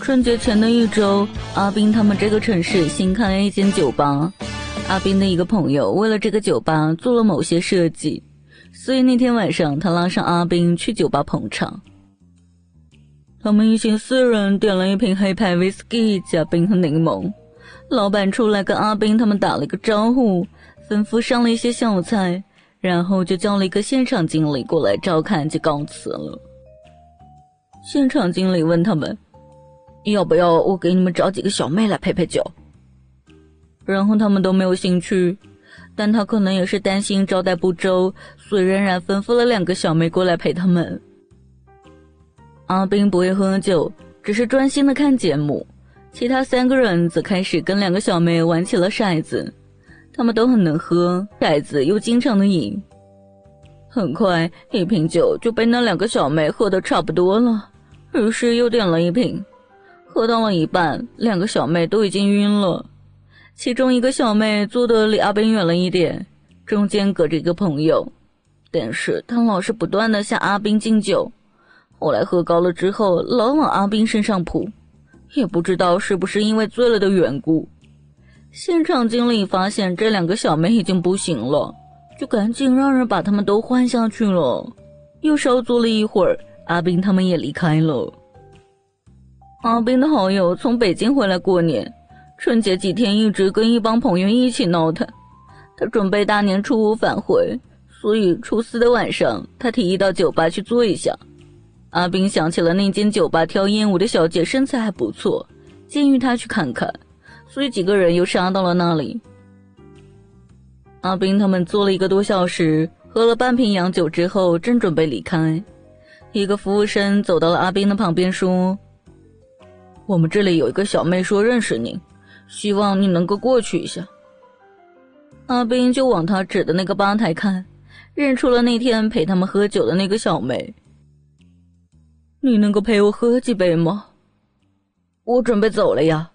春节前的一周，阿斌他们这个城市新开了一间酒吧。阿斌的一个朋友为了这个酒吧做了某些设计，所以那天晚上他拉上阿斌去酒吧捧场。他们一行4人点了一瓶黑牌 whisky 加冰和柠檬。老板出来跟阿斌他们打了一个招呼，吩咐上了一些小菜，然后就叫了一个现场经理过来照看就告辞了。现场经理问他们，要不要我给你们找几个小妹来陪陪酒？然后他们都没有兴趣，但他可能也是担心招待不周，所以仍然吩咐了2个小妹过来陪他们。阿斌不会喝酒，只是专心的看节目，其他3个人则开始跟2个小妹玩起了骰子。他们都很能喝，骰子又经常的赢。很快一瓶酒就被那2个小妹喝得差不多了，于是又点了一瓶。喝到了一半，2个小妹都已经晕了。其中一个小妹坐得离阿斌远了一点，中间隔着一个朋友，但是她老是不断地向阿斌敬酒。后来喝高了之后，老往阿斌身上扑，也不知道是不是因为醉了的缘故。现场经理发现这2个小妹已经不行了，就赶紧让人把他们都换下去了。又稍坐了一会儿，阿斌他们也离开了。阿斌的好友从北京回来过年，春节几天一直跟一帮朋友一起闹腾。他准备大年初5返回，所以初4的晚上，他提议到酒吧去坐一下。阿斌想起了那间酒吧跳艳舞的小姐身材还不错，建议他去看看，所以几个人又杀到了那里。阿斌他们坐了1个多小时，喝了半瓶洋酒之后，正准备离开，一个服务生走到了阿斌的旁边说，我们这里有一个小妹说认识您，希望你能够过去一下。阿斌就往他指的那个吧台看，认出了那天陪他们喝酒的那个小妹。你能够陪我喝几杯吗？我准备走了呀。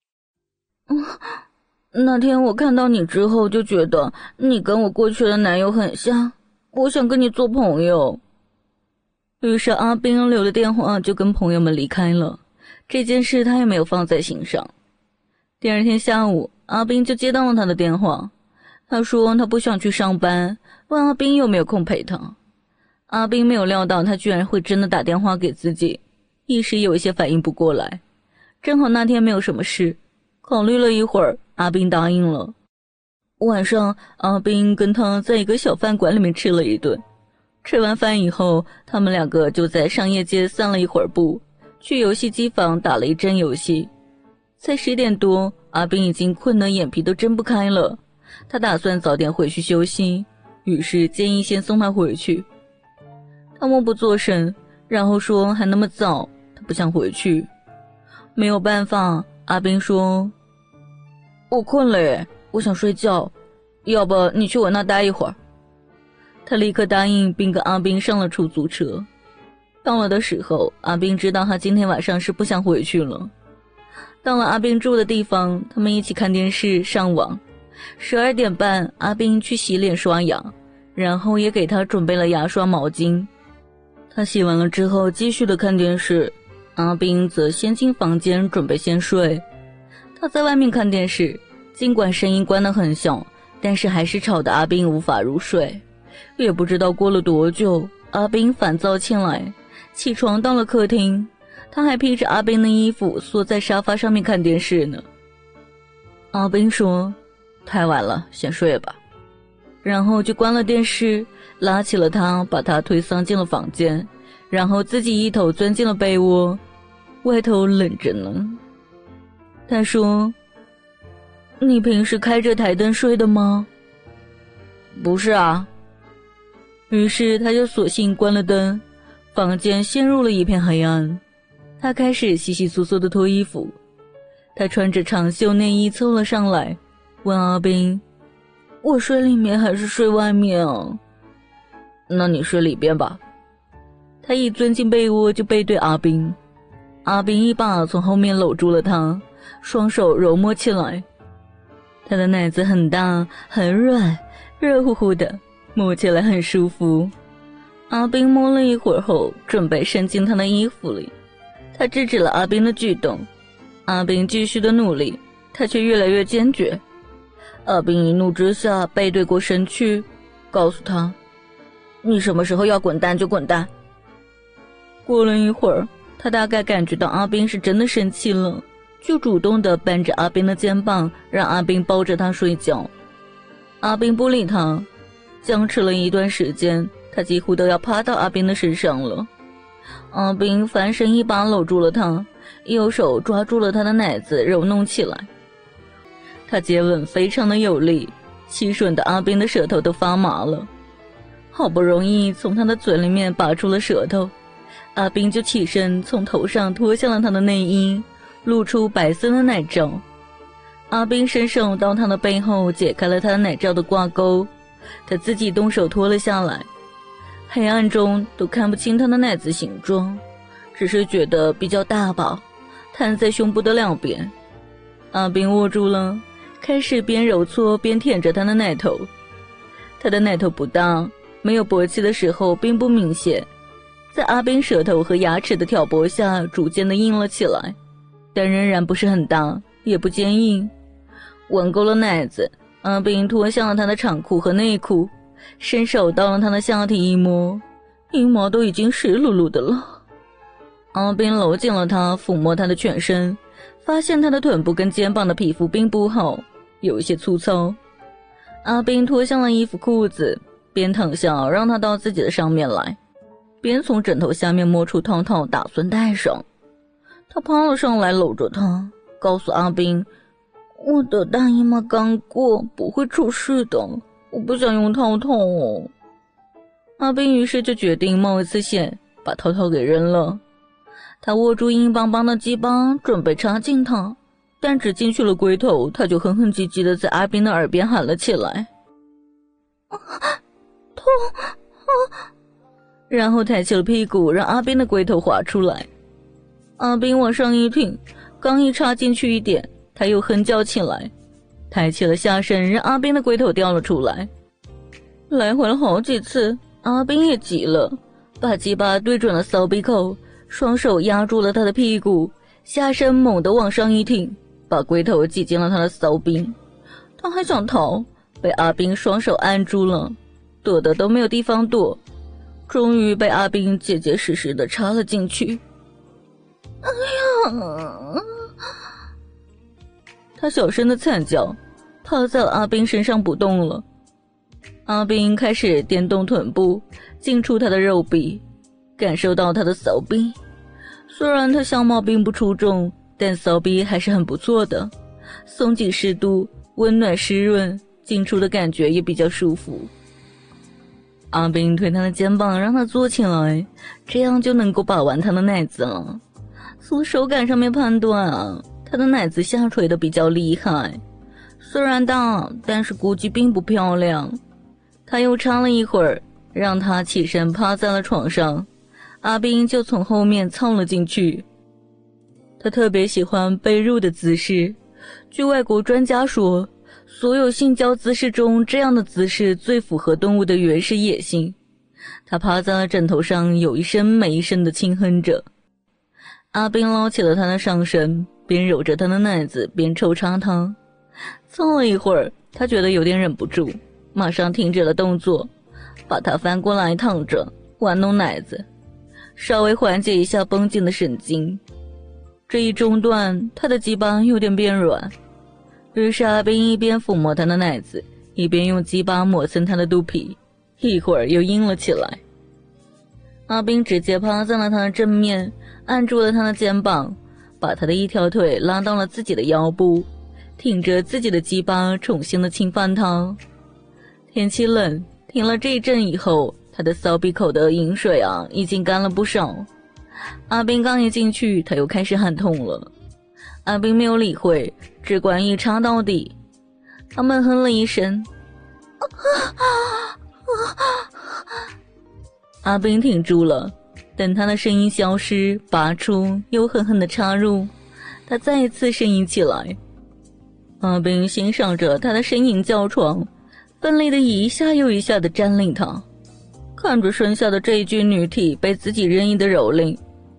那天我看到你之后就觉得你跟我过去的男友很像，我想跟你做朋友。于是阿斌留了电话就跟朋友们离开了，这件事他也没有放在心上。第2天下午，阿斌就接到了他的电话，他说他不想去上班，问阿斌有没有空陪他。阿斌没有料到他居然会真的打电话给自己，一时有一些反应不过来。正好那天没有什么事，考虑了一会儿，阿斌答应了。晚上阿斌跟他在一个小饭馆里面吃了一顿，吃完饭以后，他们2个就在商业街散了一会儿步，去游戏机房打了一阵游戏。才10点多，阿斌已经困得眼皮都睁不开了，他打算早点回去休息，于是建议先送他回去。他默不作声，然后说还那么早，他不想回去。没有办法，阿斌说，我困了耶，我想睡觉，要不你去我那待一会儿。他立刻答应，并跟阿斌上了出租车。到了的时候，阿斌知道他今天晚上是不想回去了。到了阿斌住的地方，他们一起看电视上网。12点半，阿斌去洗脸刷牙，然后也给他准备了牙刷毛巾。他洗完了之后继续的看电视，阿斌则先进房间准备先睡。他在外面看电视，尽管声音关得很小，但是还是吵得阿斌无法入睡。也不知道过了多久，阿斌烦躁起来，起床到了客厅，他还披着阿斌的衣服缩在沙发上面看电视呢。阿斌说，太晚了，先睡吧。然后就关了电视，拉起了他，把他推搡进了房间，然后自己一头钻进了被窝，外头冷着呢。他说，你平时开着台灯睡的吗？不是啊。于是他就索性关了灯，房间陷入了一片黑暗。他开始窸窸窣窣地脱衣服，他穿着长袖内衣凑了上来，问阿斌，我睡里面还是睡外面啊？那你睡里边吧。他一钻进被窝就背对阿斌，阿斌一把从后面搂住了他，双手揉摸起来。他的奶子很大很软，热乎乎的，摸起来很舒服。阿斌摸了一会儿后，准备伸进他的衣服里， 他制止了阿斌的举动。阿斌继续的努力，他却越来越坚决。阿斌一怒之下背对过身去，告诉他：你什么时候要滚蛋就滚蛋。过了一会儿，他大概感觉到阿斌是真的生气了，就主动地扳着阿斌的肩膀，让阿斌抱着他睡觉。阿斌不理他，僵持了一段时间，他几乎都要趴到阿斌的身上了。阿斌翻身一把搂住了他，右手抓住了他的奶子揉弄起来。他接吻非常的有力，吸吮的阿斌的舌头都发麻了。好不容易从他的嘴里面拔出了舌头，阿斌就起身从头上脱下了他的内衣，露出白色的奶罩。阿斌伸手到他的背后解开了他的奶罩的挂钩，他自己动手脱了下来。黑暗中都看不清他的奶子形状，只是觉得比较大吧，摊在胸部的两边。阿斌握住了，开始边揉搓边舔着他的奶头。他的奶头不大，没有勃起的时候并不明显，在阿斌舌头和牙齿的挑拨下逐渐的硬了起来，但仍然不是很大，也不坚硬。吻够了奶子，阿斌脱下了他的长裤和内裤，伸手到了他的下体一摸，阴毛都已经湿漉漉的了。阿斌搂紧了他，抚摸他的全身，发现他的臀部跟肩膀的皮肤并不好，有一些粗糙。阿斌脱下了衣服裤子，边躺下让他到自己的上面来，边从枕头下面摸出套套打算戴上。他趴了上来搂着他，告诉阿斌：我的大姨妈刚过，不会出事的，我不想用套套哦。阿斌于是就决定冒一次险，把套套给扔了。他握住硬邦邦的鸡巴准备插进他，但只进去了龟头，他就哼哼唧唧的在阿斌的耳边喊了起来：痛啊！然后抬起了屁股，让阿斌的龟头滑出来。阿斌往上一挺，刚一插进去一点，他又哼叫起来，抬起了下身，让阿斌的龟头掉了出来。来回了好几次，阿斌也急了，把鸡巴对准了骚逼口，双手压住了他的屁股，下身猛地往上一挺，把龟头挤进了他的骚逼。他还想逃，被阿斌双手按住了，躲的都没有地方躲，终于被阿斌结结实实地插了进去。哎呀！他小声的惨叫，趴在了阿斌身上不动了。阿斌开始颠动臀部，进出他的肉壁，感受到他的骚逼。虽然他相貌并不出众，但骚逼还是很不错的，松紧适度，温暖湿润，进出的感觉也比较舒服。阿斌推他的肩膀，让他坐起来，这样就能够把玩他的奶子了。从手感上面判断啊，他的奶子下垂的比较厉害，虽然大，但是估计并不漂亮。他又插了一会儿，让他起身趴在了床上，阿斌就从后面凑了进去。他特别喜欢被入的姿势，据外国专家说，所有性交姿势中，这样的姿势最符合动物的原始野性。他趴在了枕头上，有一声没一声的轻哼着。阿斌捞起了他的上身，边揉着他的奶子边抽插他。蹭了一会儿，他觉得有点忍不住，马上停止了动作，把他翻过来躺着玩弄奶子，稍微缓解一下绷紧的神经。这一中断，他的鸡巴有点变软，于是阿斌一边抚摸他的奶子，一边用鸡巴抹蹭他的肚皮，一会儿又硬了起来。阿斌直接趴在了他的正面，按住了他的肩膀，把他的一条腿拉到了自己的腰部，挺着自己的鸡巴重新的侵犯他。天气冷，停了这一阵以后，他的骚逼口的饮水啊已经干了不少。阿斌刚一进去，他又开始喊痛了。阿斌没有理会，只管一插到底。他闷哼了一声，阿斌挺住了，等他的声音消失，拔出，又狠狠地插入，他再一次呻吟起来。阿斌欣赏着他的呻吟叫床，奋力地一下又一下地占领他，看着身下的这一具女体被自己任意的蹂躏，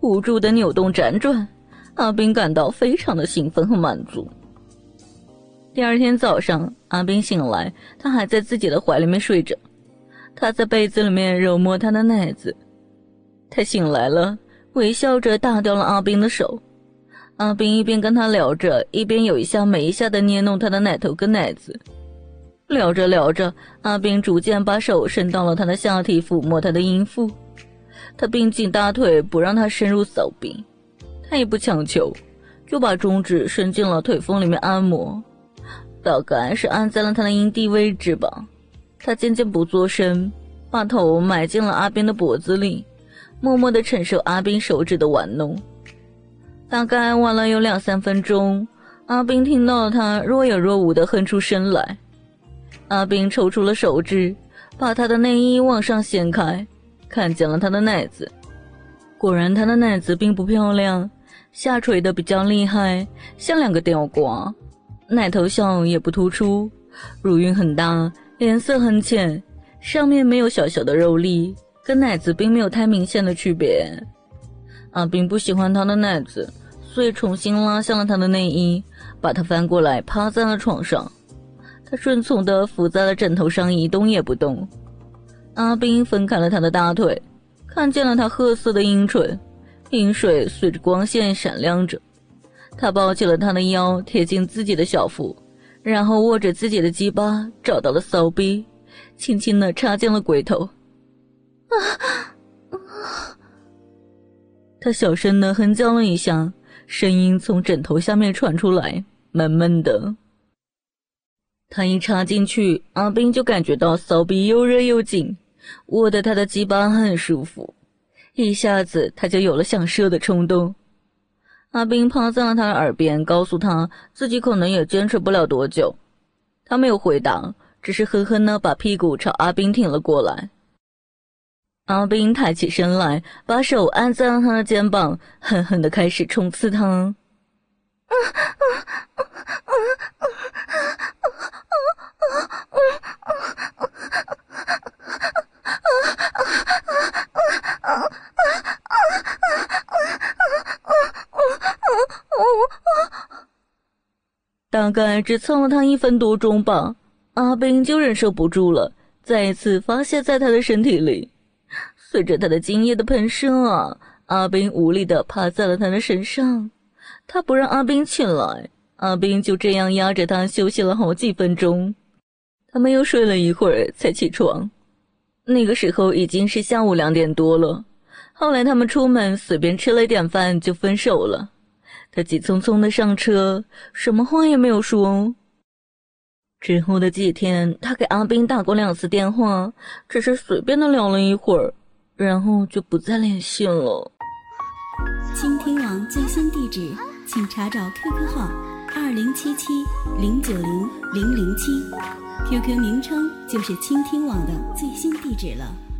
无助地扭动辗转，阿斌感到非常的兴奋和满足。第二天早上，阿斌醒来，他还在自己的怀里面睡着，他在被子里面揉摸他的奶子。他醒来了，微笑着打掉了阿斌的手。阿斌一边跟他聊着，一边有一下没一下地捏弄他的奶头跟奶子。聊着聊着，阿斌逐渐把手伸到了他的下体，抚摸他的阴腹。他并紧大腿，不让他深入骚逼，他也不强求，就把中指伸进了腿缝里面按摩，大概是按在了他的阴蒂位置吧。他渐渐不作声，把头埋进了阿斌的脖子里，默默地承受阿斌手指的玩弄。大概玩了有2-3分钟，阿斌听到了他若有若无地哼出声来。阿斌抽出了手指，把他的内衣往上掀开，看见了他的奶子。果然他的奶子并不漂亮，下垂的比较厉害，像2个吊瓜，奶头小也不突出，乳晕很大，颜色很浅，上面没有小小的肉粒，跟奶子并没有太明显的区别。阿斌不喜欢他的奶子，所以重新拉下了他的内衣，把他翻过来趴在了床上。他顺从地伏在了枕头上，一动也不动。阿斌分开了他的大腿，看见了他褐色的阴唇，阴水随着光线闪亮着。他抱起了他的腰，贴近自己的小腹，然后握着自己的鸡巴找到了骚逼，轻轻地插进了龟头。他小声地哼叫了一下，声音从枕头下面传出来，闷闷的。他一插进去，阿斌就感觉到骚逼又热又紧，握得他的鸡巴很舒服，一下子他就有了想射的冲动。阿斌趴在了他的耳边，告诉他自己可能也坚持不了多久。他没有回答，只是哼哼地把屁股朝阿斌挺了过来。阿斌抬起身来，把手按在了他的肩膀，狠狠地开始冲刺他。大概只蹭了他1分多钟吧，阿斌就忍受不住了，再一次发泄在他的身体里。随着他的精液的喷射啊，阿斌无力地趴在了他的身上。他不让阿斌起来，阿斌就这样压着他休息了好几分钟。他们又睡了一会儿才起床。那个时候已经是下午2点多了。后来他们出门随便吃了点饭就分手了。他急匆匆地上车，什么话也没有说。之后的几天，他给阿斌打过2次电话，只是随便的聊了一会儿，然后就不再联系了。 倾听网最新地址，请查找 QQ 号2077090007，QQ 名称就是倾听网的最新地址了。